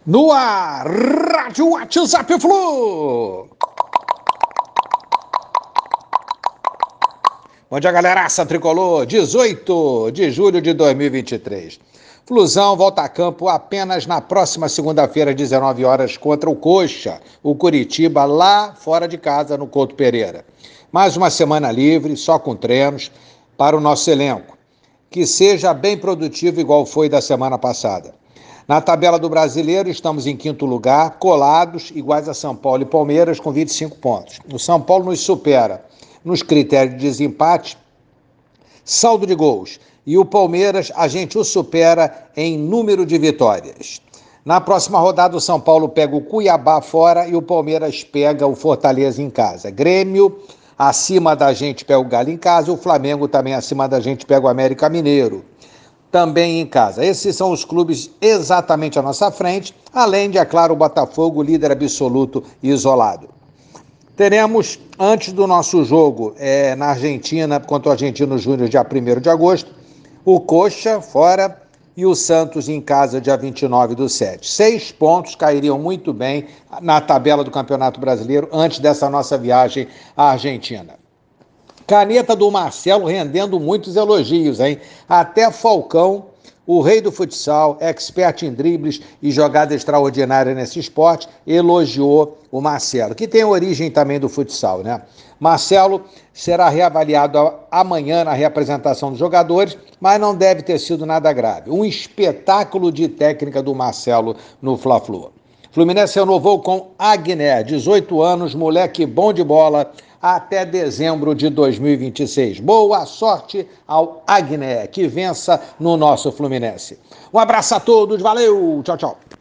No ar, Rádio WhatsApp Flu. Bom dia, galeraça tricolor, 18 de julho de 2023. Flusão volta a campo apenas na próxima segunda-feira, às 19 horas, contra o Coxa, o Curitiba, lá fora de casa, no Couto Pereira. Mais uma semana livre, só com treinos, para o nosso elenco. Que seja bem produtivo, igual foi da semana passada. Na tabela do Brasileiro, estamos em quinto lugar, colados, iguais a São Paulo e Palmeiras, com 25 pontos. O São Paulo nos supera nos critérios de desempate, saldo de gols. E o Palmeiras, a gente o supera em número de vitórias. Na próxima rodada, o São Paulo pega o Cuiabá fora e o Palmeiras pega o Fortaleza em casa. Grêmio, acima da gente, pega o Galo em casa. E o Flamengo também acima da gente, pega o América Mineiro, também em casa. Esses são os clubes exatamente à nossa frente, além de, é claro, o Botafogo, líder absoluto e isolado. Teremos, antes do nosso jogo na Argentina, contra o Argentino Júnior, dia 1º de agosto, o Coxa fora e o Santos em casa, dia 29/7. 6 pontos cairiam muito bem na tabela do Campeonato Brasileiro antes dessa nossa viagem à Argentina. Caneta do Marcelo rendendo muitos elogios, hein? Até Falcão, o rei do futsal, expert em dribles e jogada extraordinária nesse esporte, elogiou o Marcelo, que tem origem também do futsal, né? Marcelo será reavaliado amanhã na reapresentação dos jogadores, mas não deve ter sido nada grave. Um espetáculo de técnica do Marcelo no Fla-Flu. Fluminense renovou com Agné, 18 anos, moleque bom de bola, até dezembro de 2026. Boa sorte ao Agné, que vença no nosso Fluminense. Um abraço a todos, valeu, tchau, tchau.